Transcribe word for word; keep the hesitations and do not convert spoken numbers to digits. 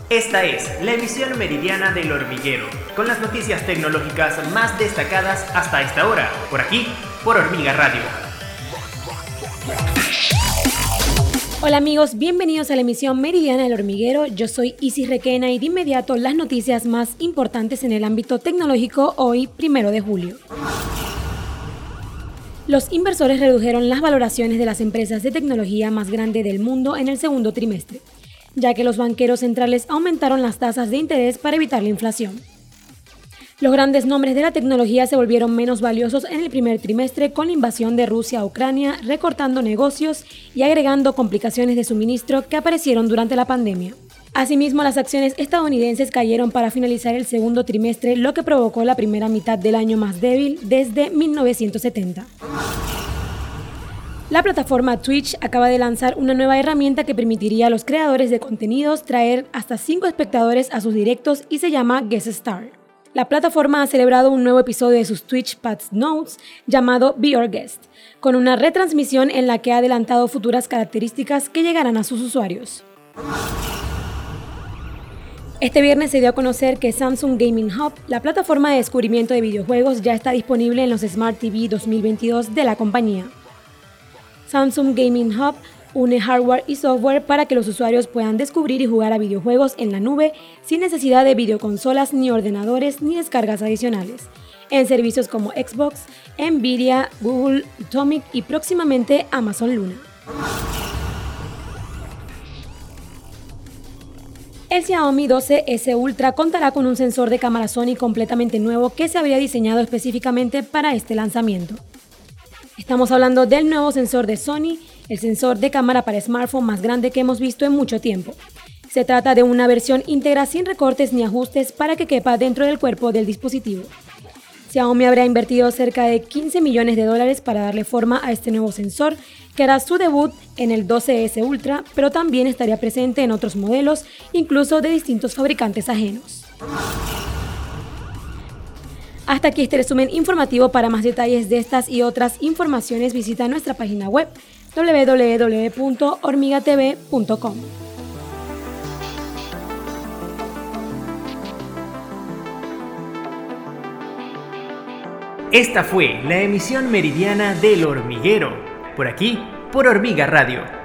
Esta es la emisión meridiana del Hormiguero, con las noticias tecnológicas más destacadas hasta esta hora, por aquí, por Hormiga Radio. Hola amigos, bienvenidos a la emisión meridiana del Hormiguero. Yo soy Isis Requena y de inmediato las noticias más importantes en el ámbito tecnológico hoy, primero de julio. Los inversores redujeron las valoraciones de las empresas de tecnología más grandes del mundo en el segundo trimestre, ya que los banqueros centrales aumentaron las tasas de interés para evitar la inflación. Los grandes nombres de la tecnología se volvieron menos valiosos en el primer trimestre con la invasión de Rusia a Ucrania, recortando negocios y agregando complicaciones de suministro que aparecieron durante la pandemia. Asimismo, las acciones estadounidenses cayeron para finalizar el segundo trimestre, lo que provocó la primera mitad del año más débil desde mil novecientos setenta. La plataforma Twitch acaba de lanzar una nueva herramienta que permitiría a los creadores de contenidos traer hasta cinco espectadores a sus directos y se llama Guest Star. La plataforma ha celebrado un nuevo episodio de sus Twitch Patch Notes llamado Be Your Guest, con una retransmisión en la que ha adelantado futuras características que llegarán a sus usuarios. Este viernes se dio a conocer que Samsung Gaming Hub, la plataforma de descubrimiento de videojuegos, ya está disponible en los Smart T V dos mil veintidós de la compañía. Samsung Gaming Hub une hardware y software para que los usuarios puedan descubrir y jugar a videojuegos en la nube sin necesidad de videoconsolas, ni ordenadores, ni descargas adicionales, en servicios como Xbox, Nvidia, Google, Atomic y próximamente Amazon Luna. El Xiaomi doce ese Ultra contará con un sensor de cámara Sony completamente nuevo que se habría diseñado específicamente para este lanzamiento. Estamos hablando del nuevo sensor de Sony, el sensor de cámara para smartphone más grande que hemos visto en mucho tiempo. Se trata de una versión íntegra sin recortes ni ajustes para que quepa dentro del cuerpo del dispositivo. Xiaomi habrá invertido cerca de quince millones de dólares para darle forma a este nuevo sensor, que hará su debut en el doce ese Ultra, pero también estaría presente en otros modelos, incluso de distintos fabricantes ajenos. Hasta aquí este resumen informativo. Para más detalles de estas y otras informaciones visita nuestra página web doble u doble u doble u punto hormiga t v punto com. Esta fue la emisión meridiana del Hormiguero, por aquí, por Hormiga Radio.